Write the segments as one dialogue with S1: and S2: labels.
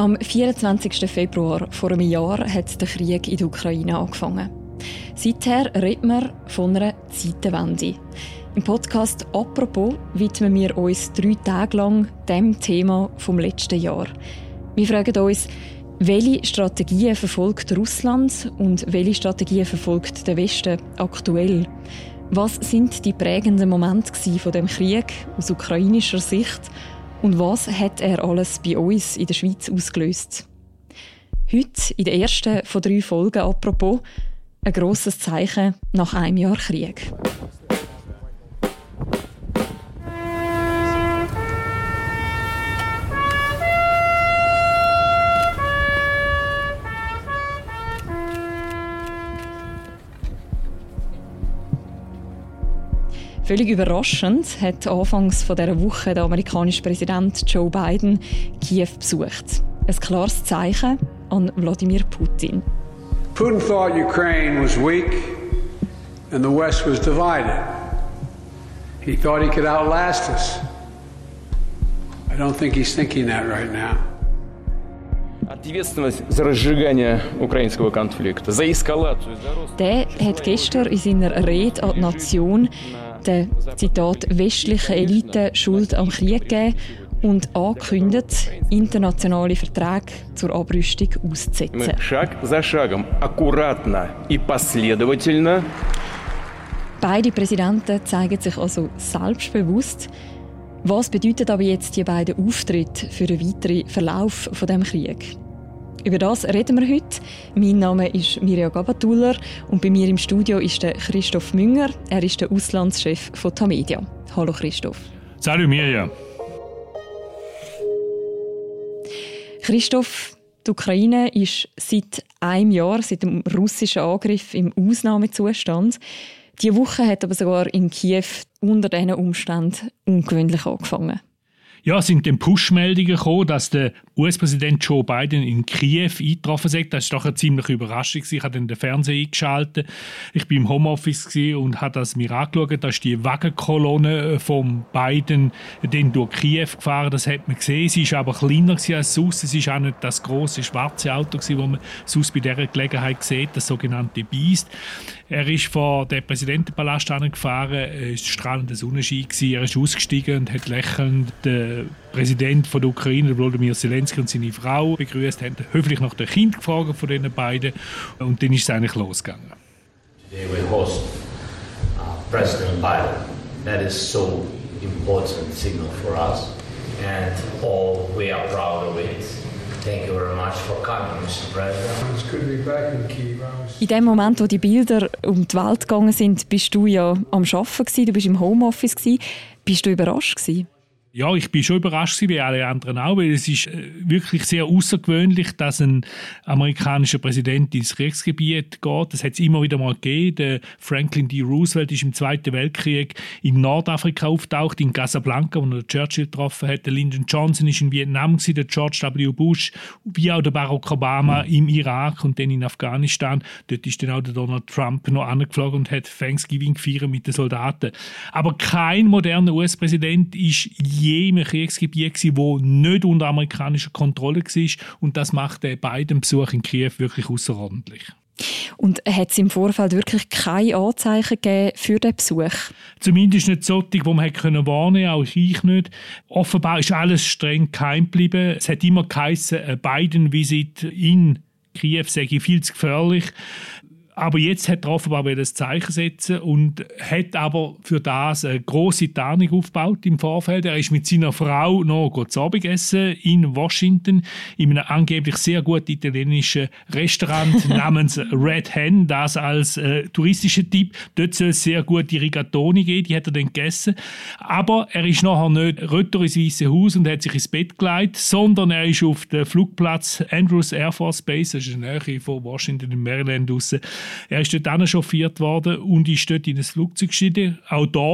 S1: Am 24. Februar vor einem Jahr hat der Krieg in der Ukraine angefangen. Seither reden wir von einer Zeitenwende. Im Podcast «Apropos» widmen wir uns 3 Tage lang dem Thema vom letzten Jahr. Wir fragen uns, welche Strategien verfolgt Russland und welche Strategien verfolgt der Westen aktuell? Was sind die prägenden Momente von dem Krieg aus ukrainischer Sicht? Und was hat er alles bei uns in der Schweiz ausgelöst? Heute, in der ersten von 3 Folgen «Apropos», ein grosses Zeichen nach einem Jahr Krieg. Völlig überraschend hat anfangs dieser Woche der amerikanische Präsident Joe Biden Kiew besucht. Ein klares Zeichen an Wladimir Putin.
S2: Putin thought Ukraine was weak and the West was divided. He thought he could outlast us. I don't think he's thinking that right now.
S3: Ответственность за разжигание украинского конфликта, за эскалацию, за рост.
S1: Der hat gestern in seiner Rede an die Nation der, Zitat, westlichen Elite Schuld am Krieg gegeben und angekündigt, internationale Verträge zur Abrüstung auszusetzen.
S3: Мы шаг за шагом, аккуратно и последовательно.
S1: Beide Präsidenten zeigen sich also selbstbewusst. Was bedeutet aber jetzt die beiden Auftritte für den weiteren Verlauf von dem Krieg? Über das reden wir heute. Mein Name ist Mirja Gabatuller und bei mir im Studio ist der Christoph Münger. Er ist der Auslandschef von Tamedia. Hallo Christoph.
S4: Salut Mirja.
S1: Christoph, die Ukraine ist seit einem Jahr, seit dem russischen Angriff, im Ausnahmezustand. Diese Woche hat aber sogar in Kiew unter diesen Umständen ungewöhnlich angefangen.
S4: Ja, es sind dann Push-Meldungen gekommen, dass der US-Präsident Joe Biden in Kiew eingetroffen ist. Das war doch eine ziemliche Überraschung. Ich habe dann den Fernseher eingeschaltet. Ich war im Homeoffice und habe das mir angeschaut. Da ist die Wagenkolonne von Biden dann durch Kiew gefahren. Das hat man gesehen. Sie war aber kleiner als sonst. Es war auch nicht das grosse schwarze Auto, das man sonst bei dieser Gelegenheit sieht, das sogenannte Beast. Er ist vor den Präsidentenpalast gefahren. Es war strahlender Sonnenschein. Er ist ausgestiegen und hat lächelnd den Präsident der Ukraine, Volodymyr Zelensky, und seine Frau begrüßt, haben höflich nach dem Kind gefragt von diesen beiden. Und dann ist es eigentlich losgegangen.
S5: Today we host President Biden. That is so important signal for us, and all we are proud of it. Thank you very much for coming, Mr. President.
S2: It's good to be back in Kiev.
S1: In dem Moment, wo die Bilder um die Welt gegangen sind, bist du ja am Arbeiten gewesen, du bist im Homeoffice gewesen. Bist du überrascht gewesen?
S4: Ja, ich bin schon überrascht, wie alle anderen auch, weil es ist wirklich sehr außergewöhnlich, dass ein amerikanischer Präsident ins Kriegsgebiet geht. Das hat es immer wieder mal gegeben. Der Franklin D. Roosevelt ist im Zweiten Weltkrieg in Nordafrika auftaucht, in Casablanca, wo er Churchill getroffen hat. Der Lyndon Johnson ist in Vietnam gewesen, der George W. Bush, wie auch der Barack Obama im Irak und dann in Afghanistan. Dort ist dann auch der Donald Trump noch angeflogen und hat Thanksgiving gefeiert mit den Soldaten. Aber kein moderner US-Präsident ist je im Kriegsgebiet gewesen, wo nicht unter amerikanischer Kontrolle war. Und das macht den beiden Besuch in Kiew wirklich außerordentlich.
S1: Und hat es im Vorfeld wirklich keine Anzeichen gegeben für den Besuch?
S4: Zumindest nicht solche, die man wahrnehmen konnte, auch ich nicht. Offenbar ist alles streng geheim geblieben. Es hat immer geheißen, ein Biden-Visit in Kiew sei viel zu gefährlich. Aber jetzt hat er offenbar das Zeichen setzen und hat aber für das eine grosse Tarnung aufgebaut im Vorfeld. Er ist mit seiner Frau noch zu Abend gegessen in Washington in einem angeblich sehr guten italienischen Restaurant namens Red Hen. Das als touristischer Tipp. Dort soll es sehr gute Rigatoni geben, die hat er dann gegessen. Aber er ist nachher nicht retour ins Weiße Haus und hat sich ins Bett gelegt, sondern er ist auf dem Flugplatz Andrews Air Force Base, das ist in der Nähe von Washington in Maryland, er ist dort chauffiert worden und ist dort in ein Flugzeug gestiegen. Auch da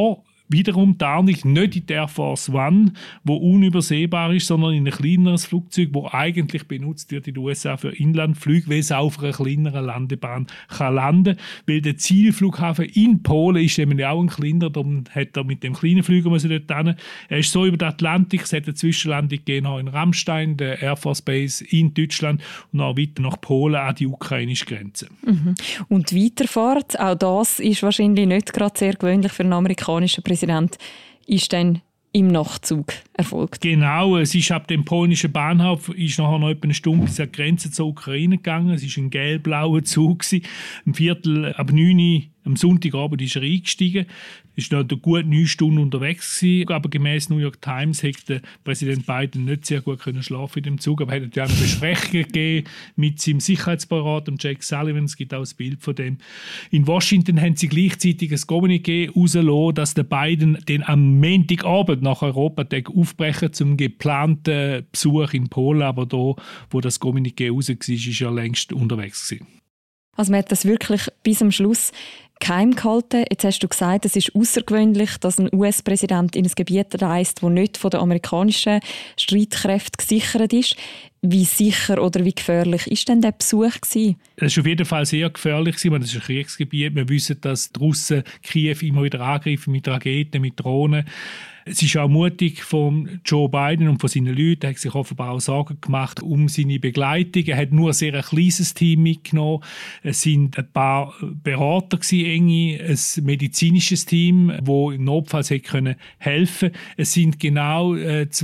S4: wiederum Tarnung nicht in die Air Force One, wo unübersehbar ist, sondern in ein kleineres Flugzeug, das eigentlich benutzt wird in den USA für Inlandflüge, weil es auf einer kleineren Landebahn kann landen kann. Weil der Zielflughafen in Polen ist eben auch ein kleiner, darum hat er mit dem kleinen Flüger dort hin. Er ist so über den Atlantik, es hat eine Zwischenlandung gegeben in Ramstein, der Air Force Base in Deutschland und dann weiter nach Polen an die ukrainische Grenze.
S1: Mhm. Und die Weiterfahrt, auch das ist wahrscheinlich nicht gerade sehr gewöhnlich für einen amerikanischen Präsident, ist dann im Nachtzug erfolgt.
S4: Genau, es ist ab dem polnischen Bahnhof ist nachher noch etwa eine Stunde bis an die Grenze zur Ukraine gegangen. Es war ein gelb-blauer Zug. Um 8:45 ab 9 Uhr am Sonntagabend ist er eingestiegen. Er war noch gut 9 Stunden unterwegs gewesen. Aber gemäss New York Times hätte Präsident Biden nicht sehr gut schlafen in dem Zug. Aber er hat ja eine Besprechung gegeben mit seinem Sicherheitsberater Jake Sullivan. Es gibt auch ein Bild von dem. In Washington haben sie gleichzeitig ein Kommuniqué rausgelassen, dass der Biden den am Montagabend nach Europatag aufbrechen zum geplanten Besuch in Polen. Aber da, wo das Kommuniqué raus war, ist er längst unterwegs gewesen.
S1: Also man hat das wirklich bis zum Schluss geheim gehalten. Jetzt hast du gesagt, es ist außergewöhnlich, dass ein US-Präsident in ein Gebiet reist, das nicht von den amerikanischen Streitkräften gesichert ist. Wie sicher oder wie gefährlich war denn der Besuch gewesen?
S4: Es war auf jeden Fall sehr gefährlich. Das ist ein Kriegsgebiet. Wir wissen, dass die Russen Kiew immer wieder angreifen mit Raketen, mit Drohnen. Es ist auch mutig von Joe Biden und von seinen Leuten. Er hat sich offenbar auch Sorgen gemacht um seine Begleitung. Er hat nur ein sehr kleines Team mitgenommen. Es sind ein paar Berater enge, ein medizinisches Team, das im Notfall helfen konnte. Es sind genau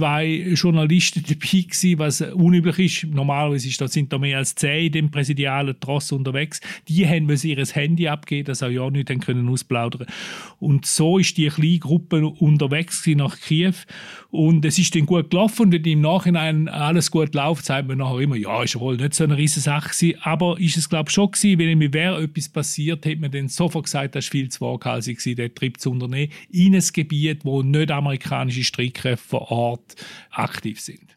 S4: 2 Journalisten dabei gewesen, was unüblich ist. Normalerweise sind da mehr als 10 in dem präsidialen Tross unterwegs. Die haben ihr Handy abgegeben, dass auch ja nicht ausplaudern können. Und so ist die kleine Gruppe unterwegs nach Kiew. Und es ist dann gut gelaufen. Und wenn im Nachhinein alles gut läuft, sagt man nachher immer, ja, ist wohl nicht so eine riesige Sache gewesen. Aber ist es, glaube ich, schon gewesen, wenn mir wäre etwas passiert, hätte man dann sofort gesagt, das war viel zu waghalsig gewesen, den Trip zu unternehmen, in ein Gebiet, wo nicht amerikanische Streitkräfte vor Ort aktiv sind.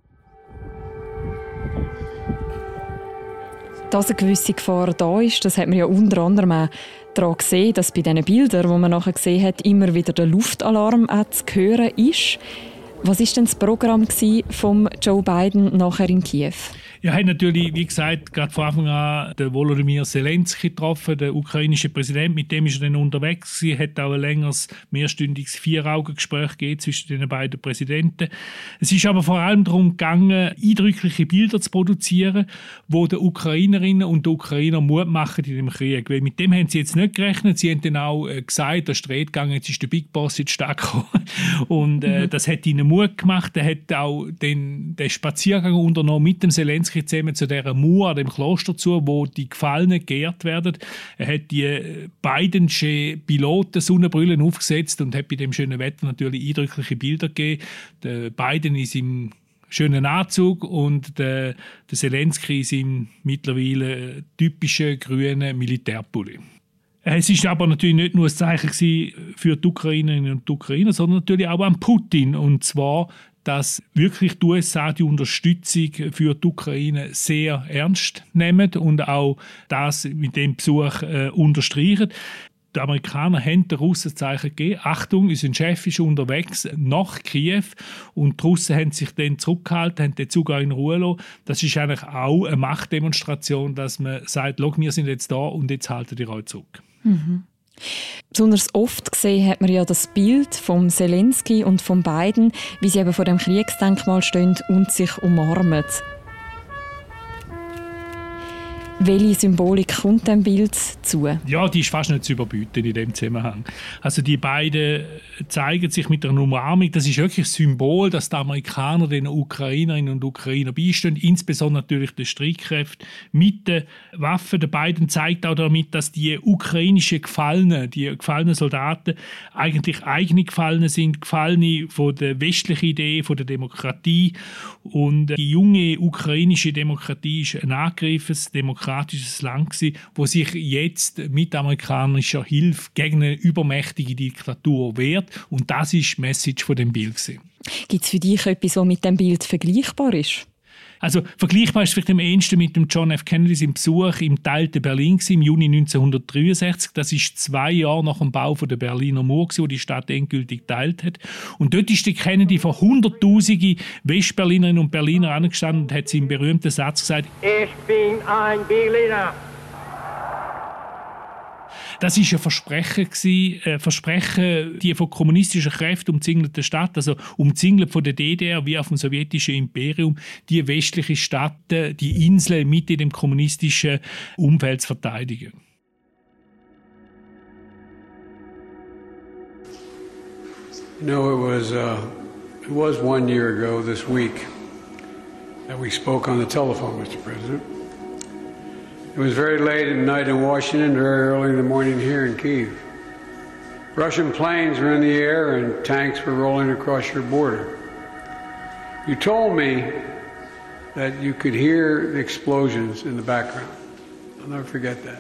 S1: Dass eine gewisse Gefahr da ist, das hat man ja unter anderem auch daran gesehen, dass bei diesen Bildern, die man nachher gesehen hat, immer wieder der Luftalarm zu hören ist. Was war denn das Programm von Joe Biden nachher in Kiew?
S4: Er hat natürlich, wie gesagt, gerade von Anfang an den Volodymyr Zelensky getroffen, den ukrainischen Präsident. Mit dem ist er dann unterwegs gewesen, hat auch ein längeres, mehrstündiges 4-Augen-Gespräch gegeben zwischen den beiden Präsidenten. Es ist aber vor allem darum gegangen, eindrückliche Bilder zu produzieren, die den Ukrainerinnen und den Ukrainern Mut machen in dem Krieg. Weil mit dem haben sie jetzt nicht gerechnet. Sie haben dann auch gesagt, der Streit gegangen, jetzt ist der Big Boss jetzt stark gekommen. Und das hat ihnen Mut gemacht. Er hat auch den Spaziergang unternommen mit dem Zelensky zusammen zu dieser Mauer, dem Kloster zu, wo die Gefallenen geehrt werden. Er hat die Biden'sche Piloten-Sonnenbrillen aufgesetzt und hat bei dem schönen Wetter natürlich eindrückliche Bilder gegeben. Der Biden ist im schönen Anzug und der Zelensky ist im mittlerweile typischen grünen Militärpulli. Es ist aber natürlich nicht nur ein Zeichen für die Ukrainerinnen und die Ukrainer, sondern natürlich auch an Putin. Und zwar, dass wirklich die USA die Unterstützung für die Ukraine sehr ernst nehmen und auch das mit dem Besuch unterstreichen. Die Amerikaner haben den Russen ein Zeichen gegeben. Achtung, unser Chef ist unterwegs nach Kiew. Und die Russen haben sich dann zurückgehalten, haben den Zug auch in Ruhe gelassen. Das ist eigentlich auch eine Machtdemonstration, dass man sagt, wir sind jetzt da und jetzt halten die euch zurück. Mhm.
S1: Besonders oft gesehen hat man ja das Bild von Zelensky und von Biden, wie sie eben vor dem Kriegsdenkmal stehen und sich umarmen. Welche Symbolik kommt dem Bild zu?
S4: Ja, die ist fast nicht zu überbieten in dem Zusammenhang. Also die beiden zeigen sich mit einer Umarmung. Das ist wirklich ein Symbol, dass die Amerikaner den Ukrainerinnen und Ukrainern beistehen, insbesondere natürlich den Streitkräften mit den Waffen. Der Biden zeigt auch damit, dass die ukrainischen Gefallenen, die gefallenen Soldaten eigentlich eigene Gefallene sind, Gefallene von der westlichen Idee, von der Demokratie. Und die junge ukrainische Demokratie ist ein angegriffenes demokratisches Land gewesen, wo sich jetzt mit amerikanischer Hilfe gegen eine übermächtige Diktatur wehrt. Und das ist die Message von dem Bild gewesen.
S1: Gibt es für dich etwas, was mit dem Bild vergleichbar ist?
S4: Also vergleichbar ist es vielleicht am ehesten mit dem John F. Kennedy im Besuch im teilten Berlin im Juni 1963. Das ist 2 Jahre nach dem Bau der Berliner Mauer, wo die Stadt endgültig geteilt hat. Und dort ist der Kennedy vor Hunderttausende Westberlinerinnen und Berliner angestanden und hat seinen berühmten Satz gesagt:
S6: Ich bin ein Berliner.
S4: Das war ein Versprechen, die von kommunistischen Kräften umzingelte Stadt, also umzingelt von der DDR wie auf dem sowjetischen Imperium, die westliche Stadt, die Insel mit in dem kommunistischen Umfeld zu verteidigen.
S2: You know, it was 1 year ago this week that we spoke on the telephone, Mr. President. It was very late at night in Washington, very early in the morning here in Kyiv. Russian planes were in the air and tanks were rolling across your border. You told me that you could hear the explosions in the background. I'll never forget that.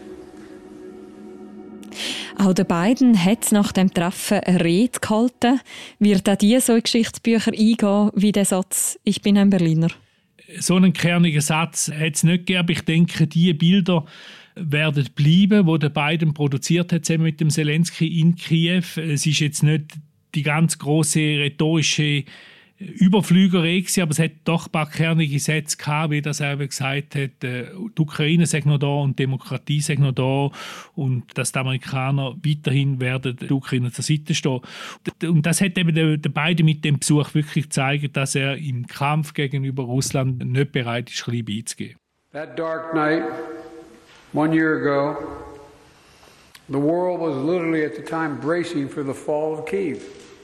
S1: Auch der Biden hat nach dem Treffen eine Rede gehalten. Wird auch die so in Geschichtsbücher eingehen wie der Satz «Ich bin ein Berliner»?
S4: So einen kernigen Satz hat es nicht gegeben. Ich denke, diese Bilder werden bleiben, die der Biden produziert hat, zusammen mit dem Zelensky in Kiew. Es ist jetzt nicht die ganz große rhetorische Überflügerei, aber es hat doch ein paar kernige Sätze gehabt, wie das er gesagt hat, die Ukraine sagt noch da und die Demokratie sagt noch da und dass die Amerikaner weiterhin werden der Ukraine zur Seite stehen. Und das hat eben der Biden mit dem Besuch wirklich gezeigt, dass er im Kampf gegenüber Russland nicht bereit ist, klein beizugeben.
S2: That dark night, 1 year ago, the world was literally at the time bracing for the fall of Kyiv.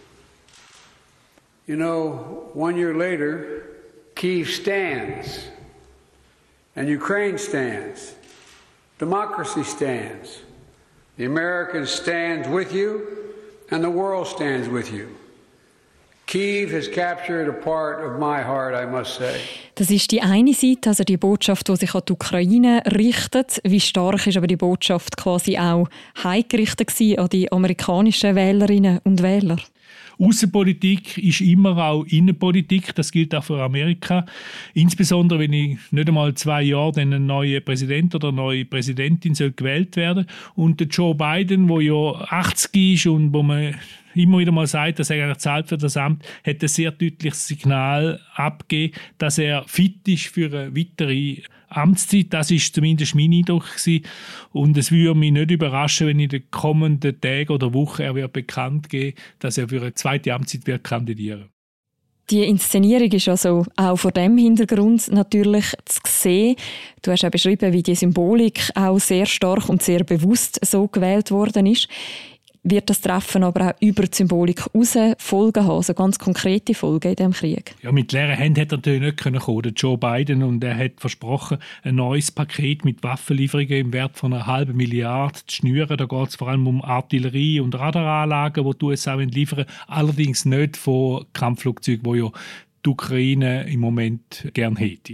S2: You know, 1 year later, Kyiv stands, and Ukraine stands. Democracy stands. The Americans stand with you, and the world stands with you. Kyiv has captured a part of my heart, I must say.
S1: Das ist die eine Seite, also die Botschaft, die sich an die Ukraine richtet. Wie stark ist aber die Botschaft quasi auch heimgerichtet gewesen an die amerikanischen Wählerinnen und Wähler?
S4: Außenpolitik ist immer auch Innenpolitik, das gilt auch für Amerika. Insbesondere, wenn ich nicht einmal 2 Jahre dann ein neuer Präsident oder eine neue Präsidentin soll gewählt werden. Und der Joe Biden, der ja 80 ist und wo man immer wieder mal sagt, dass er eigentlich zahlt für das Amt, hat ein sehr deutliches Signal abgegeben, dass er fit ist für eine weitere Amtszeit. Das ist zumindest mein Eindruck gewesen. Und es würde mich nicht überraschen, wenn in den kommenden Tagen oder Wochen er wird bekannt geben, dass er für eine zweite Amtszeit wird kandidieren.
S1: Die Inszenierung ist also auch vor dem Hintergrund natürlich zu sehen. Du hast auch beschrieben, wie die Symbolik auch sehr stark und sehr bewusst so gewählt worden ist. Wird das Treffen aber auch über die Symbolik hinaus Folgen haben, also ganz konkrete Folgen in diesem Krieg? Ja,
S4: mit leeren Händen hätte er natürlich nicht kommen können, der Joe Biden. Und er hat versprochen, ein neues Paket mit Waffenlieferungen im Wert von 500 Milliarden zu schnüren. Da geht es vor allem um Artillerie- und Radaranlagen, die die USA liefern wollen. Allerdings nicht von Kampfflugzeugen, die ja die Ukraine im Moment gerne hätte.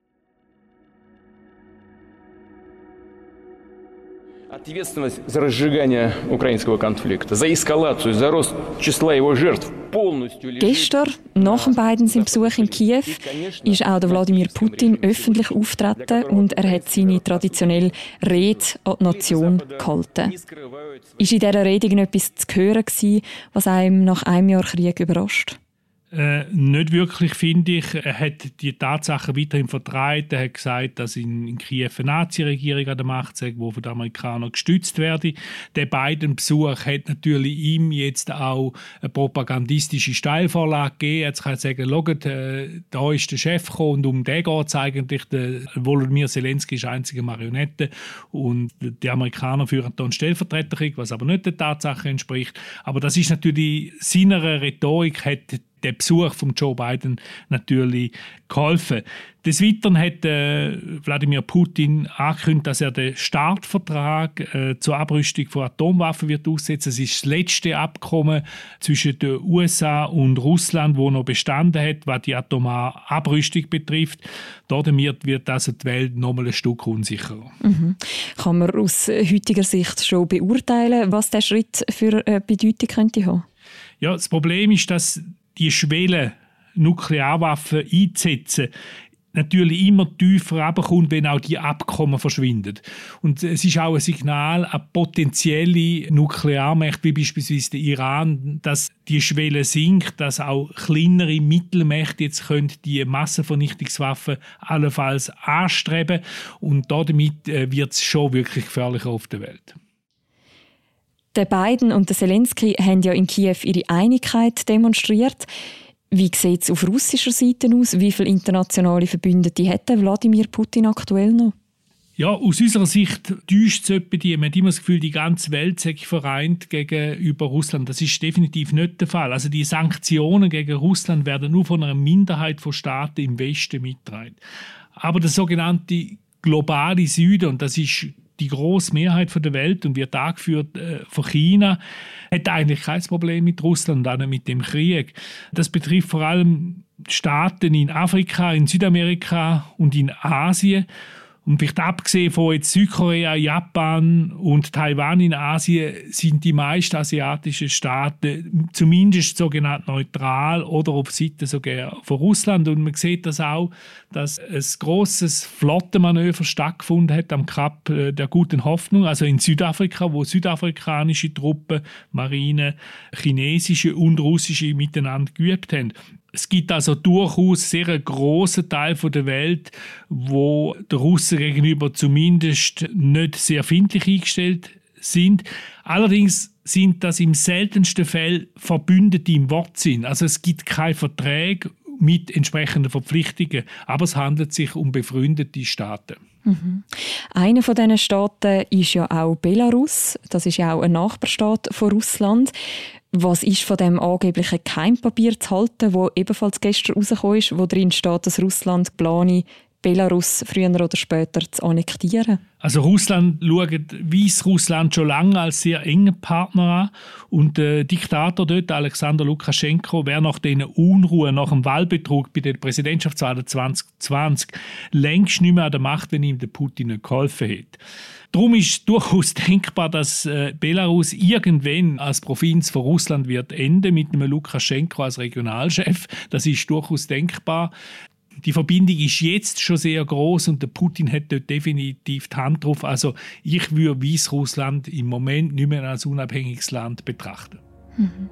S3: Ответственность за разжигание украинского конфликта, за эскалацию, за рост числа его жертв полностью лежит.
S1: Gestern, nach dem Bidens Besuch in Kiew, ist auch der Wladimir Putin öffentlich auftreten und er hat seine traditionelle Rede an die Nation gehalten. Ist in dieser Rede etwas zu hören gewesen, was einem nach einem Jahr Krieg überrascht?
S4: Nicht wirklich, finde ich. Er hat die Tatsachen weiterhin vertreten. Er hat gesagt, dass in Kiew eine Nazi-Regierung an der Macht sei, die von den Amerikanern gestützt werde. Der Biden-Besuch hat natürlich ihm jetzt auch eine propagandistische Steilvorlage gegeben. Jetzt kann er sagen, schaut, da ist der Chef gekommen und um den geht es eigentlich. Der Volodymyr Zelensky ist einzige Marionette und die Amerikaner führen da einen Stellvertreterkrieg, was aber nicht der Tatsache entspricht. Aber das ist natürlich seiner Rhetorik, hat der Besuch von Joe Biden natürlich geholfen. Des Weiteren hat Wladimir Putin angekündigt, dass er den Startvertrag zur Abrüstung von Atomwaffen wird aussetzen. Es ist das letzte Abkommen zwischen den USA und Russland, das noch bestanden hat, was die atomare Abrüstung betrifft. Damit wird also die Welt noch mal ein Stück unsicherer.
S1: Mhm. Kann man aus heutiger Sicht schon beurteilen, was der Schritt für eine Bedeutung könnte haben?
S4: Ja, das Problem ist, dass die Schwelle, Nuklearwaffen einzusetzen, natürlich immer tiefer runterkommt, wenn auch die Abkommen verschwinden. Und es ist auch ein Signal an potenzielle Nuklearmächte, wie beispielsweise der Iran, dass die Schwelle sinkt, dass auch kleinere Mittelmächte jetzt können die Massenvernichtungswaffen allenfalls anstreben und damit wird es schon wirklich gefährlicher auf der Welt.
S1: Der Biden und der Zelensky haben ja in Kiew ihre Einigkeit demonstriert. Wie sieht es auf russischer Seite aus? Wie viele internationale Verbündete hat Wladimir Putin aktuell noch?
S4: Ja, aus unserer Sicht täuscht es etwa die. Man hat immer das Gefühl, die ganze Welt sei vereint gegenüber Russland. Das ist definitiv nicht der Fall. Also die Sanktionen gegen Russland werden nur von einer Minderheit von Staaten im Westen mitgetragen. Aber der sogenannte globale Süden, und das ist die grosse Mehrheit der Welt und wird angeführt von China, hat eigentlich kein Problem mit Russland und auch nicht mit dem Krieg. Das betrifft vor allem Staaten in Afrika, in Südamerika und in Asien. Und vielleicht abgesehen von jetzt Südkorea, Japan und Taiwan in Asien sind die meisten asiatischen Staaten zumindest sogenannt neutral oder auf Seite sogar von Russland. Und man sieht das auch, dass ein grosses Flottenmanöver stattgefunden hat am Kap der Guten Hoffnung, also in Südafrika, wo südafrikanische Truppen, Marine, chinesische und russische miteinander geübt haben. Es gibt also durchaus sehr einen grossen Teil der Welt, wo die Russen gegenüber zumindest nicht sehr findlich eingestellt sind. Allerdings sind das im seltensten Fall Verbündete im Wortsinn. Also es gibt keine Verträge mit entsprechenden Verpflichtungen, aber es handelt sich um befreundete Staaten.
S1: Mhm. Einer von diesen Staaten ist ja auch Belarus. Das ist ja auch ein Nachbarstaat von Russland. Was ist von dem angeblichen Geheimpapier zu halten, das ebenfalls gestern rausgekommen ist, wo drin steht, dass Russland plane, Belarus früher oder später zu annektieren?
S4: Also Russland schaut Weißrussland schon lange als sehr engen Partner an. Und der Diktator dort, Alexander Lukaschenko, wäre nach diesen Unruhen, nach dem Wahlbetrug bei den Präsidentschaftswahlen 2020 längst nicht mehr an der Macht, wenn ihm der Putin nicht geholfen hätte. Darum ist durchaus denkbar, dass Belarus irgendwann als Provinz von Russland wird enden mit einem Lukaschenko als Regionalchef. Das ist durchaus denkbar. Die Verbindung ist jetzt schon sehr groß und der Putin hat dort definitiv die Hand drauf. Also ich würde Weißrussland im Moment nicht mehr als unabhängiges Land betrachten. Mhm.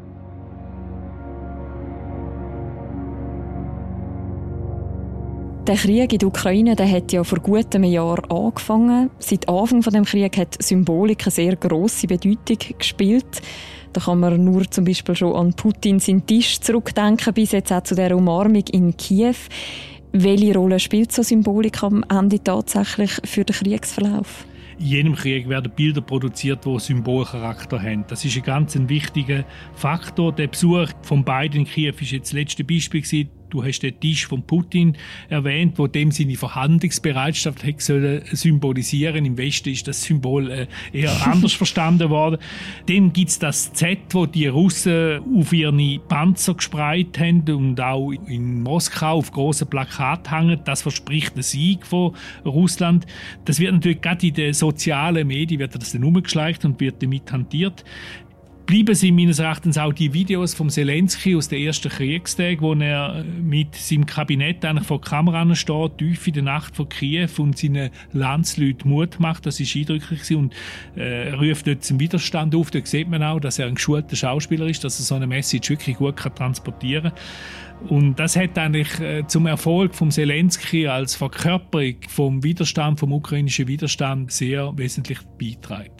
S1: Der Krieg in der Ukraine, der hat ja vor gut einem Jahr angefangen. Seit Anfang des Krieges hat Symbolik eine sehr grosse Bedeutung gespielt. Da kann man nur zum Beispiel schon an Putin seinen Tisch zurückdenken, bis jetzt auch zu der Umarmung in Kiew. Welche Rolle spielt so Symbolik am Ende tatsächlich für den Kriegsverlauf?
S4: In jedem Krieg werden Bilder produziert, die Symbolcharakter haben. Das ist ein ganz wichtiger Faktor. Der Besuch von Biden in Kiew war jetzt das letzte Beispiel gewesen. Du hast den Tisch von Putin erwähnt, wo dem seine Verhandlungsbereitschaft hätte symbolisieren. Im Westen ist das Symbol eher anders verstanden worden. Dann gibt es das Z, wo die Russen auf ihre Panzer gespreit haben und auch in Moskau auf grossen Plakaten hängen. Das verspricht den Sieg von Russland. Das wird natürlich gerade in den sozialen Medien wird das dann umgeschleicht und wird damit hantiert. Bleiben sind meines Erachtens auch die Videos von Zelensky aus den ersten Kriegstagen, wo er mit seinem Kabinett eigentlich vor der Kamera steht, tief in der Nacht von Kiew und seinen Landsleuten Mut macht. Das war eindrücklich und ruft dort zum Widerstand auf. Da sieht man auch, dass er ein geschulter Schauspieler ist, dass er so eine Message wirklich gut transportieren kann. Und das hat eigentlich zum Erfolg von Zelensky als Verkörperung vom Widerstand, vom ukrainischen Widerstand sehr wesentlich beitragen.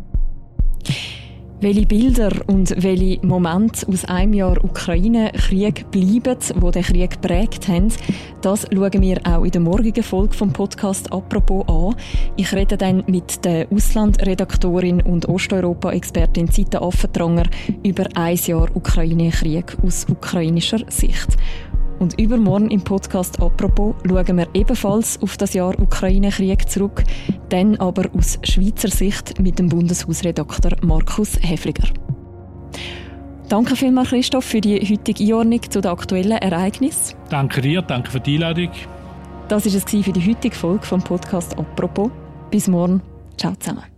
S1: Welche Bilder und welche Momente aus einem Jahr Ukraine-Krieg bleiben, die den Krieg geprägt haben, das schauen wir auch in der morgigen Folge vom Podcast «Apropos» an. Ich rede dann mit der Auslandredaktorin und Osteuropa-Expertin Zita Affentranger über ein Jahr Ukraine-Krieg aus ukrainischer Sicht. Und übermorgen im Podcast «Apropos» schauen wir ebenfalls auf das Jahr Ukraine-Krieg zurück, dann aber aus Schweizer Sicht mit dem Bundeshausredakteur Markus Häfliger. Danke vielmals, Christoph, für die heutige Einordnung zu den aktuellen Ereignissen.
S4: Danke dir, danke für die Einladung.
S1: Das war es für die heutige Folge vom Podcast «Apropos». Bis morgen. Ciao zusammen.